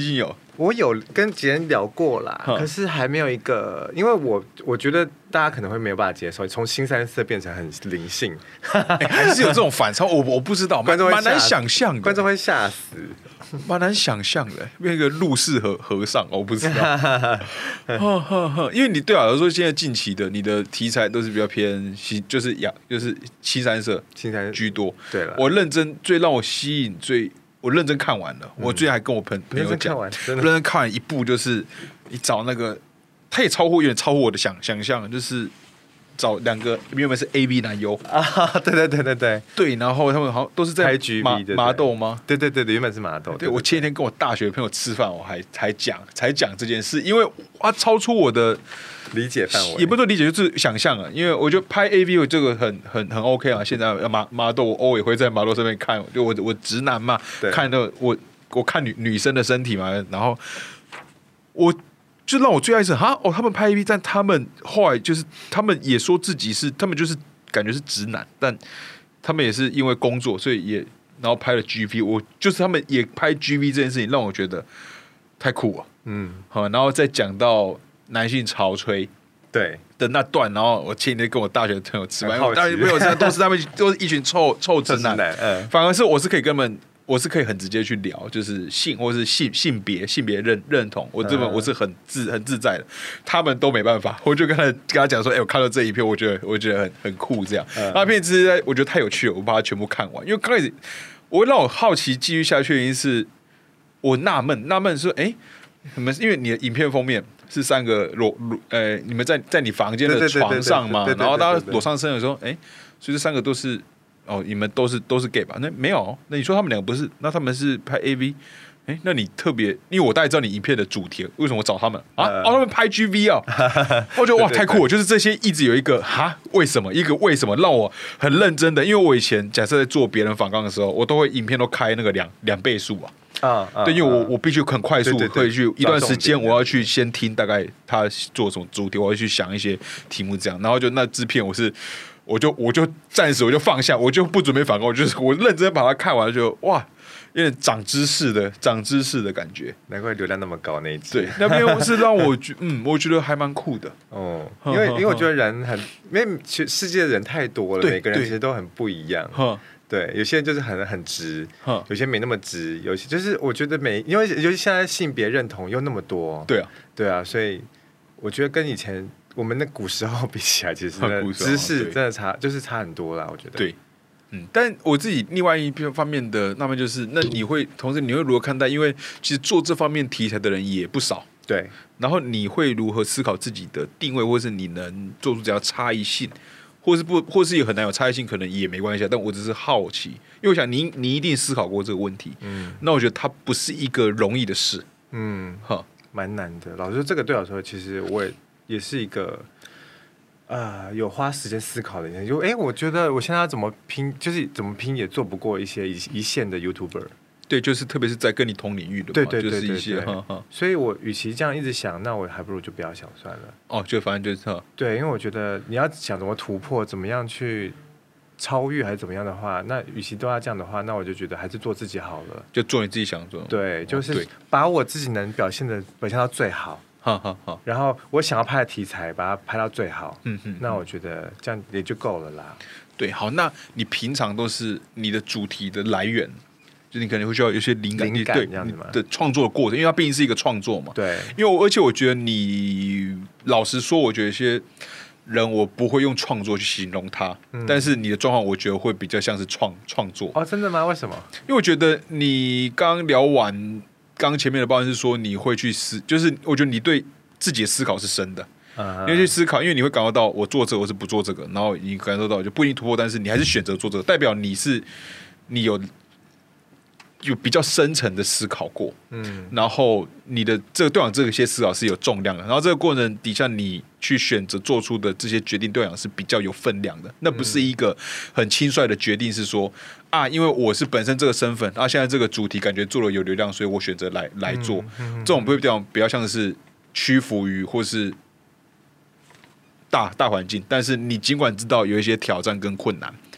S2: 我有跟杰人聊过啦，可是还没有一个，因为我觉得大家可能会没有办法接受，从新三色变成很灵性，
S1: 还是有这种反差，我不知道，蛮难想象的，
S2: 观众会吓死，
S1: 蛮难想象的，变一个陆氏和尚，我不知道，因为你对我来说，现在近期的你的题材都是比较偏就是新三色居多，
S2: 对了，
S1: 我认真最让我吸引我认真看完了，我最近还跟我朋友讲，认真看完一部，就是你找那个，他也有点超乎我的想象，就是找2个原本是 AV 男优
S2: 啊，对，
S1: 然后他们好像都是在麻豆吗？
S2: 对，原本是麻豆。
S1: 对，我前几天跟我大学朋友吃饭，我才讲这件事，因为它超出我的
S2: 理解范围，
S1: 也不是理解，就是想象啊。因为我觉得拍 AV 这个很 OK 啊。现在麻豆，我偶尔会在麻豆这边看，就我直男嘛，看到我看女生的身体嘛，然后我就让我最爱是他们拍 AV， 但他们后来就是他们也说自己是他们就是感觉是直男，但他们也是因为工作，所以也然后拍了 GV， 我就是他们也拍 GV 这件事情让我觉得太酷了，好，然后再讲到男性潮吹
S2: 对
S1: 的那段，然后我前几天跟我大学朋友吃饭，当然没有都是他们都是一群臭直男，反而是我是可以跟他们。我是可以很直接去聊，就是性或是性别认同，我是很自在的，他们都没办法。我就跟他讲说，我看到这一篇，我觉得很酷，这样。那片子我觉得太有趣了，我把它全部看完。因为刚开始我让我好奇继续下去的原因是，我纳闷说，你们因为你的影片封面是3个你们在你房间的床上嘛，然后大家裸上身的时候，所以这3个都是。你们都是 gay 吧？那没有，那你说他们2个不是？那他们是拍 AV？那你特别，因为我大概知道你影片的主题，为什么我找他们啊？他们拍 GV 啊！我觉得哇，太酷了！就是这些一直有一个为什么让我很认真的，因为我以前假设在做别人访纲的时候，我都会影片都开那个2倍速对，因为我必须很快速会去一段时间，我要去先听大概他做什么主题，我要去想一些题目这样，然后就那制片我就暂时放下，我就不准备反攻，我认真把它看完，就哇，有点长知识的感觉。
S2: 难怪流量那么高那一集。
S1: 对，那边是让我我觉得还蛮酷的。
S2: 因为我觉得人因为世界的人太多了，每个人其实都很不一样。对，有些人就是很直，有些没那么直，有些就是我觉得因为尤其现在性别认同又那么多，对啊，所以我觉得跟以前。我们的古时候比起来，其实知识真的差很多啦，我觉得。
S1: 对，但我自己另外一方面的，那么就是，那你会如何看待？因为其实做这方面题材的人也不少，
S2: 对。
S1: 然后你会如何思考自己的定位，或是你能做出怎样差异性，或是有很难有差异性，可能也没关系。但我只是好奇，因为我想你一定思考过这个问题，那我觉得它不是一个容易的事，
S2: 蛮难的。老实说，这个对我来说，其实我也是一个有花时间思考的人。就我觉得我现在要怎么拼，就是怎么拼也做不过一些一线的 YouTuber。
S1: 对，就是特别是在跟你同领域的嘛，
S2: 对，
S1: 就是一些
S2: 所以我与其这样一直想，那我还不如就不要想算了。
S1: 就反正就是
S2: 对，因为我觉得你要想怎么突破，怎么样去超越还是怎么样的话，那与其都要这样的话，那我就觉得还是做自己好了，
S1: 就做你自己想做。
S2: 对，就是把我自己能表现到最好。然后我想要拍的题材，把它拍到最好。那我觉得这样也就够了啦。
S1: 对，好，那你平常都是你的主题的来源，就你可能会需要有些灵感
S2: 这样子吗？
S1: 的创作的过程，因为它毕竟是一个创作嘛。
S2: 对，
S1: 而且我觉得你老实说，我觉得有些人我不会用创作去形容他，但是你的状况我觉得会比较像是创作。
S2: 真的吗？为什么？
S1: 因为我觉得你刚聊完。刚前面的抱怨是说你会去就是我觉得你对自己的思考是深的，你会去思考，因为你会感受到我做这个我是不做这个，然后你感受到就不一定突破，但是你还是选择做这个，代表你有比较深层的思考过，然后你的这个对讲这些思考是有重量的，然后这个过程底下你去选择做出的这些决定对讲是比较有分量的，那不是一个很轻率的决定，是说因为我是本身这个身份，现在这个主题感觉做了有流量，所以我选择来做，这种不会比较像是屈服于或是大环境，但是你尽管知道有一些挑战跟困难，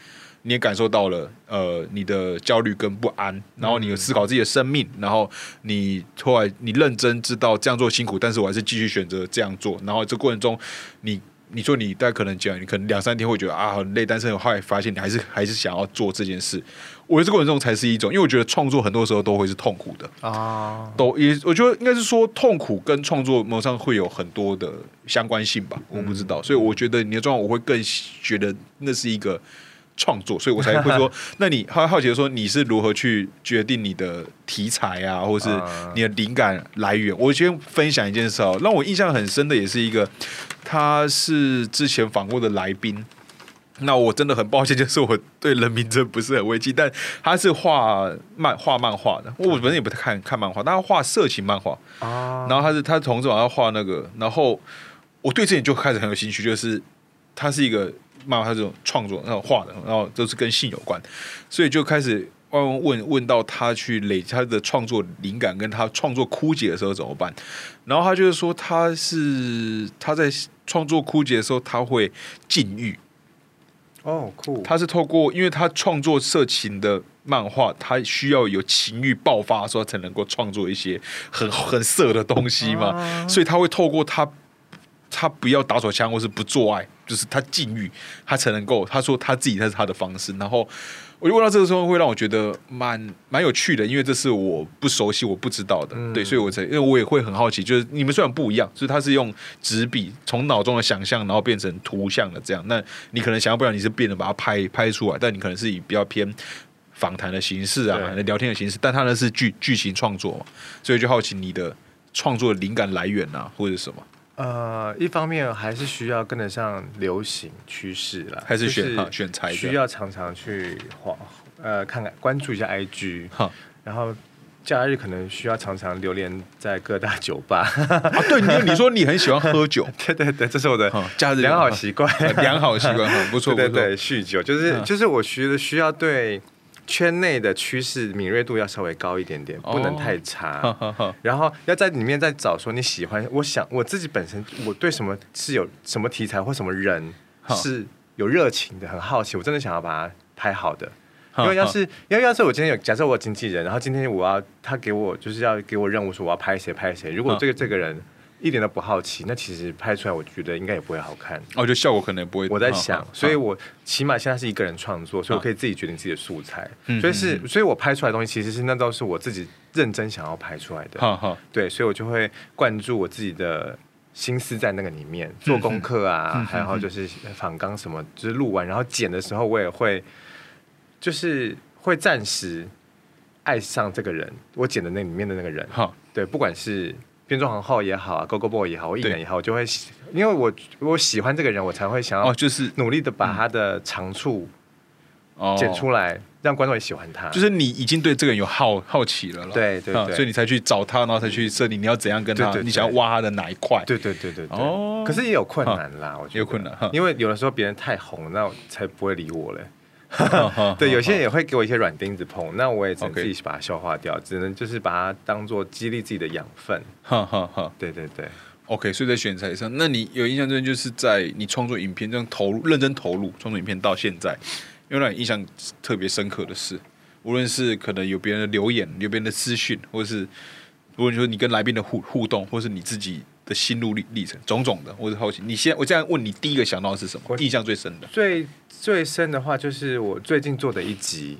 S1: 你也感受到了你的焦虑跟不安，然后你有思考自己的生命，然后你后来你认真知道这样做辛苦，但是我还是继续选择这样做，然后这过程中你说你大概可能讲，你可能2-3天会觉得很累，但是后来发现你还是想要做这件事。我觉得这过程中才是一种，因为我觉得创作很多时候都会是痛苦的啊，我觉得应该是说痛苦跟创作某上会有很多的相关性吧，我不知道，所以我觉得你的状况我会更觉得那是一个创作，所以我才会说，那你好奇的说你是如何去决定你的题材啊，或是你的灵感来源？我先分享一件事让我印象很深的，也是一个，他是之前访过的来宾。那我真的很抱歉，就是我对人名真不是很危机，但他是画漫画的，我本身也不太看漫画，但他画色情漫画然后他同时晚上画那个，然后我对这点就开始很有兴趣，就是他是一个漫画，他这种创作那种画的，然后都是跟性有关，所以就开始问到他去累积他的创作灵感，跟他创作枯竭的时候怎么办？然后他就是说他在创作枯竭的时候，他会禁欲。
S2: 酷！
S1: 他是透过，因为他创作色情的漫画，他需要有情欲爆发的时候才能够创作一些很色的东西嘛，所以他会透过他不要打手枪或是不做爱，就是他禁欲，他才能够，他说他自己那是他的方式。然后我就问到这个时候，会让我觉得蛮有趣的，因为这是我不熟悉、我不知道的，对，所以因为我也会很好奇，就是你们虽然不一样，就是他是用纸笔从脑中的想象，然后变成图像的这样，那你可能想象不了你是变得把它拍出来，但你可能是以比较偏访谈的形式啊、聊天的形式，但他呢是剧情创作嘛，所以就好奇你的创作的灵感来源啊，或者什么。
S2: 一方面还是需要跟得上流行趋势啦，
S1: 还是选材，
S2: 需要常常去看看关注一下 IG， 然后假日可能需要常常流连在各大酒吧
S1: 对，你说你很喜欢喝酒，
S2: 对，这是我的
S1: 假日
S2: 良好习惯，
S1: 不错，
S2: 对，酗酒就是我觉得需要对圈内的趋势敏锐度要稍微高一点点，不能太差。然后要在里面再找说你喜欢，我自己本身我对什么是有什么题材或什么人是有热情的，很好奇，我真的想要把它拍好的。因为要是我今天假设我有经纪人，然后今天他给我就是要给我任务说我要拍谁，如果这个人一点都不好奇，那其实拍出来我觉得应该也不会好看。
S1: 就效果可能也不会。
S2: 我在想，所以我起码现在是一个人创作，所以我可以自己决定自己的素材。所以我拍出来的东西其实那都是我自己认真想要拍出来的。对，所以我就会灌注我自己的心思在那个里面，做功课啊，还有就是访纲什么，就是录完然后剪的时候，我也会就是会暂时爱上这个人，我剪的那里面的那个人。对，不管是变装皇后也好啊 ，Go Boy 也好，我艺人也好，我就会因为我喜欢这个人，我才会想要
S1: 就是
S2: 努力的把他的长处剪出来，让观众也喜欢他。
S1: 就是你已经对这个人有好奇了，
S2: 对，
S1: 所以你才去找他，然后才去设定你要怎样跟他，你想要挖他的哪一块？
S2: 对。可是也有困难啦，我觉得
S1: 有困难，
S2: 因为有的时候别人太红，那我才不会理我嘞。对，有些人也会给我一些软钉子碰，那我也只能自己把它消化掉，只能就是把它当做激励自己的养分。对。
S1: OK， 所以在选材上，那你有印象真的就是在你创作影片这样认真投入创作影片到现在，有让你印象特别深刻的事，无论是可能有别人的留言、有别人的私讯，或者是无论说你跟来宾的互动，或是你自己的心路历程，种种的，我是好奇。我这样问你，第一个想到的是什么？印象最深的？
S2: 最深的话，就是我最近做的一集，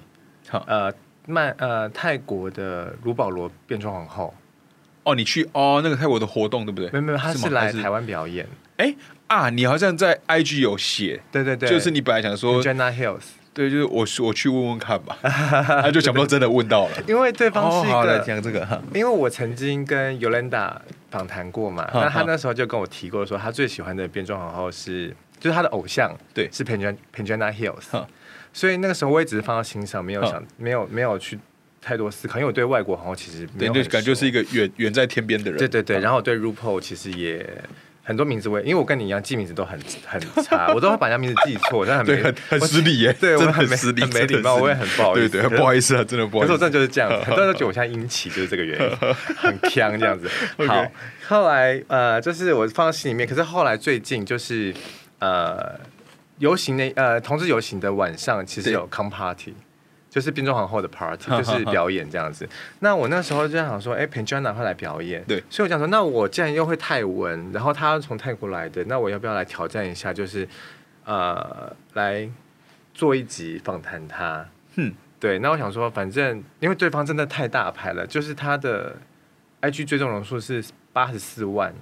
S2: 泰国的卢保罗变装皇后。
S1: 你去那个泰国的活动对不对？
S2: 没有，他是来台湾表演。
S1: 你好像在 IG 有写，
S2: 对，
S1: 就是你本来想说
S2: Jenna Hills，
S1: 对，就是我去问问看吧，他就想不到真的问到了，
S2: 因为对方是一个，
S1: 来讲这个，
S2: 因为我曾经跟 Yolanda 访谈过嘛，那他那时候就跟我提过说，他最喜欢的变装皇后就是他的偶像，
S1: 对，
S2: 是 Jenna Hills， 所以那个时候我也只是放到心上，没有去太多思考，因为我对外国皇后其实没有很熟，
S1: 对，感觉就是一个远在天边的人，
S2: 对，然后我对 RuPaul 其实也。很多名字因为我跟你一样记名字都很差，我都会把人家名字记错，但
S1: 很失礼耶，
S2: 对，
S1: 真
S2: 的
S1: 很失礼，
S2: 很没礼貌，我也很不好意思，
S1: 对，不好意思啊，真的不好意思。
S2: 可是我真的就是这样子，很多人都觉得我现在阴气就是这个原因，很呛这样子。好，后来就是我放到心里面，可是后来最近就是游行同志游行的晚上其实有 con party， 就是变装皇后的 party， 就是表演这样子。那我那时候就想说，Pangina 会来表演，
S1: 对，
S2: 所以我想说，那我既然又会泰文，然后他从泰国来的，那我要不要来挑战一下？就是来做一集访谈他。对，那我想说，反正因为对方真的太大牌了，就是他的 IG 追踪人数是84万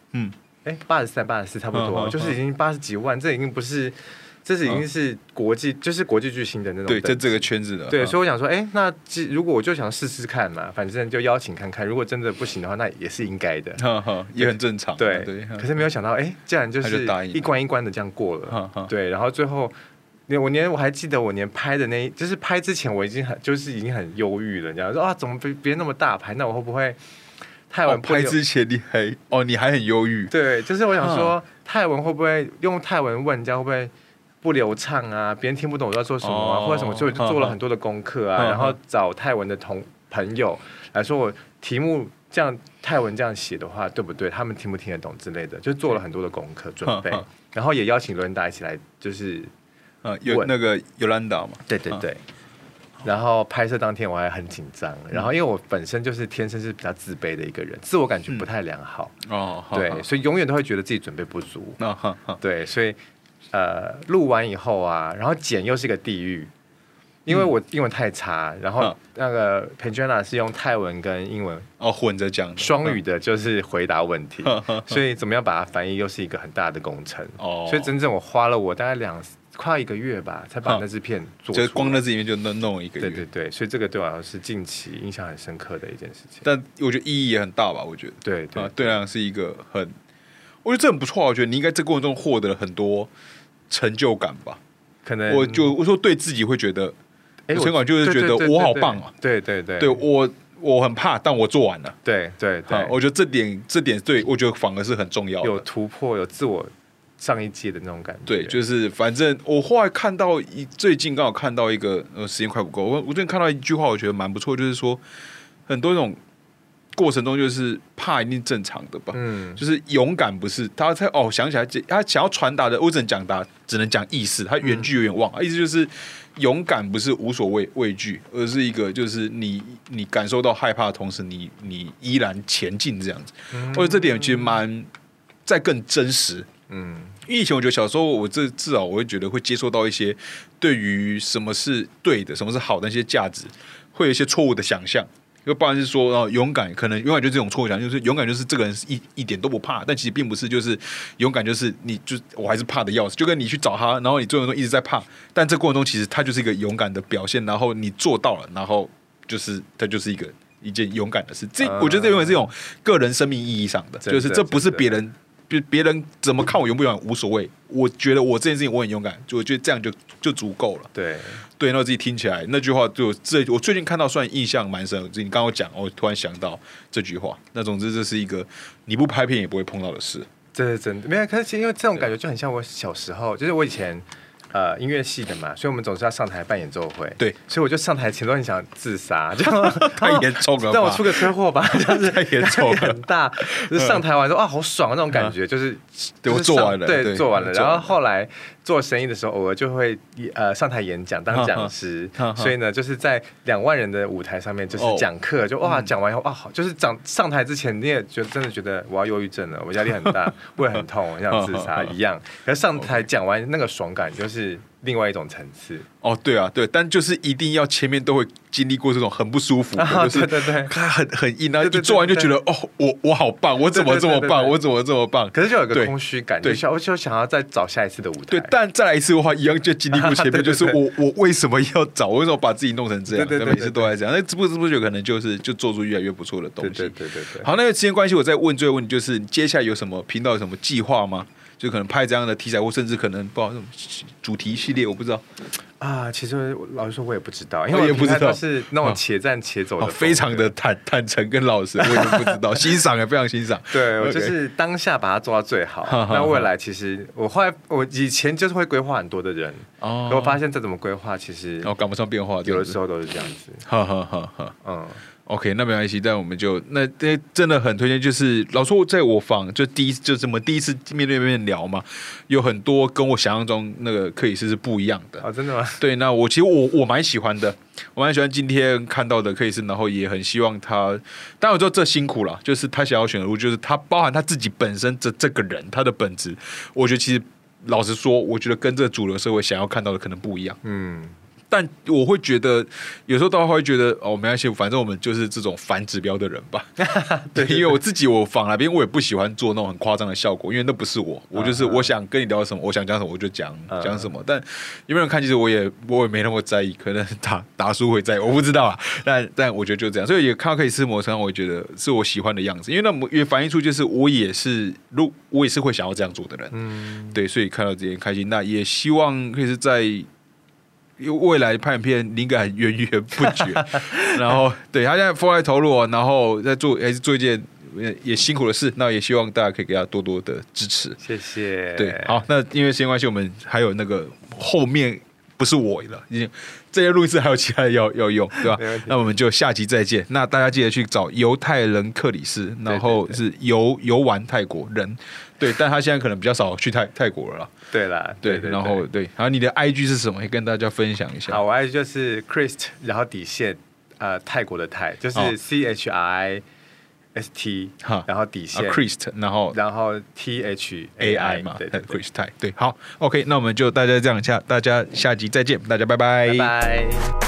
S2: ，83、84差不多，就是已经80几万，这已经不是，这是已经是国际，就是国际巨星的那种。
S1: 对，在这个圈子的。
S2: 对，所以我想说，那如果我就想试试看嘛，反正就邀请看看，如果真的不行的话，那也是应该的，
S1: 也很正常。
S2: 对，可是没有想到，竟然就是一关一关的这样过了。对，然后最后。我还记得我连拍的就是拍之前我已经很忧郁了，你知道说怎么别人那么大牌，那我会不会泰文
S1: 拍之前你还很忧郁？
S2: 对，就是我想说泰文会不会用泰文问人家会不会不流畅啊？别人听不懂我在做什么啊，或者什么，所以我就做了很多的功课啊，然后找泰文的朋友来说我题目这样泰文这样写的话对不对？他们听不听得懂之类的，就做了很多的功课准备，然后也邀请伦达一起来，就是。
S1: 有那个尤兰达嘛？
S2: 对，然后拍摄当天我还很紧张，然后因为我本身就是天生是比较自卑的一个人，自我感觉不太良好，对，所以永远都会觉得自己准备不足，对，所以录完以后啊，然后剪又是一个地狱，因为我英文太差，然后那个 Pangina 是用泰文跟英文
S1: 混着讲
S2: 双语的，就是回答问题，所以怎么样把它翻译又是一个很大的工程，所以真正我花了我大概快1个月吧，才把那支片做出来，
S1: 就光那支影片就弄1个月。
S2: 对，所以这个对我来说是近期印象很深刻的一件事情。
S1: 但我觉得意义也很大吧，我觉得。
S2: 对，
S1: 对啊，是一个我觉得这很不错。我觉得你应该这过程中获得了很多成就感吧？
S2: 可能
S1: 我说对自己会觉得，成就感就是觉得我好棒啊！
S2: 对，
S1: 我很怕，但我做完了。
S2: 对，
S1: 我觉得这点对我觉得反而是很重要的，
S2: 有突破，有自我。上一届的那种感觉，
S1: 对，就是反正我后来看到最近刚好看到一个时间快不够，我最近看到一句话，我觉得蛮不错，就是说很多那种过程中就是怕一定正常的吧，就是勇敢不是他想起来他想要传达的，我只能讲意思，他原句有点忘，意思就是勇敢不是无所畏惧，而是一个就是你感受到害怕的同时，你依然前进这样子，我觉得这点其实蛮再更真实。因为以前我觉得小时候我至少我会觉得会接受到一些对于什么是对的、什么是好的那些价值，会有一些错误的想象。就不然是说勇敢，可能勇敢就是这种错误想象，就是勇敢就是这个人是一点都不怕，但其实并不是，就是勇敢就是我还是怕的要死，就跟你去找他，然后你做的时候一直在怕，但这过程中其实他就是一个勇敢的表现，然后你做到了，然后就是他就是一件勇敢的事。我觉得这永远是一种个人生命意义上的，就是这不是别人怎么看我勇不勇敢无所谓，我觉得我这件事情我很勇敢，我觉得这样就足够了。对，然后自己听起来那句话，我最近看到算印象蛮深。你刚刚讲，我突然想到这句话。那总之这是一个你不拍片也不会碰到的事。
S2: 这是真的，没有。可是因为这种感觉就很像我小时候，就是我以前。音乐系的嘛，所以我们总是要上台办演奏会。
S1: 对，
S2: 所以我就上台前都很想自杀，就
S1: 太严重了，
S2: 让我出个车祸吧，就是
S1: 太严重了，
S2: 很大。就是上台完说好爽那种感觉，就是
S1: 我做完了，
S2: 对，做完了。然后后来做生意的时候，偶尔就会上台演讲当讲师，所以呢，就是在2万人的舞台上面就是讲课，就讲完以后好，就是上台之前你也真的觉得我要忧郁症了，我压力很大，胃很痛，我想自杀一样。可是上台讲完那个爽感就是另外一种层次。
S1: 对啊，对，但就是一定要前面都会经历过这种很不舒服，就是
S2: 对，
S1: 他很硬，然后一做完就觉得我好棒，我怎么这么棒，我怎么这么棒？
S2: 可是就有一个空虚感，我就想要再找下一次的舞台。
S1: 对，但再来一次的话，一样就经历过前面，就是我为什么要找？我为什么把自己弄成这样？每次都在这样，那不久可能就做出越来越不错的东西。
S2: 对。
S1: 好，那个时间关系，我再问最后问题，就是接下来有什么频道有什么计划吗？就可能拍这样的题材，或甚至可能不知道这种主题系列，我不知道。
S2: 其实老实说，我也不知道，因为我平常都是那种且战且走的，
S1: 非常的坦诚跟老实，我也不知道，欣赏也非常欣赏。
S2: 对，我就是当下把它做到最好。那未来其实我以前就是会规划很多的人，可我发现再怎么规划，其实
S1: 赶不上变化，
S2: 有的时候都是这样子。
S1: OK， 那没关系，但我们就那真的很推荐，就是老说在我房就第一次面对面聊嘛，有很多跟我想象中那个克里斯是不一样的
S2: 真的吗？
S1: 对，那其实我蛮喜欢的，我蛮喜欢今天看到的克里斯，然后也很希望他，当然我知道这辛苦了，就是他想要选的路，就是他包含他自己本身这个人他的本质，我觉得其实老实说，我觉得跟这个主流社会想要看到的可能不一样。但我会觉得，有时候大家会觉得没关系，反正我们就是这种反指标的人吧。对，因为我仿那边我也不喜欢做那种很夸张的效果，因为那不是我就是我想跟你聊什么，我想讲什么我就讲什么。但有没有人看，其实我也没那么在意，可能达叔会在意，我不知道啊。但我觉得就这样，所以也看到可以吃某程度，我觉得是我喜欢的样子，因为也反映出就是我也是会想要这样做的人。对，所以看到这些开心，那也希望可以是在。未来拍影片灵感源源不绝，然后对他现在风爱投入然后在做一件也辛苦的事，那也希望大家可以给他多多的支持，
S2: 谢谢。
S1: 对，好，那因为时间关系，我们还有那个后面不是我了，已经这些录制还有其他的要用，对吧？那我们就下集再见。那大家记得去找犹太人克里斯，然后是游玩泰国人，对，但他现在可能比较少去泰国了啦。
S2: 对啦，
S1: 对，然后对，然后你的 IG 是什么？也跟大家分享一下。
S2: 好，我 IG 就是 Christ， 然后底线泰国的泰就是 CHRIST， 然后底线
S1: Christ， 然後
S2: THAI
S1: 嘛，对 Christ 泰，对，好 ，OK， 那我们就大家这样大家下集再见，大家拜拜，
S2: 拜拜。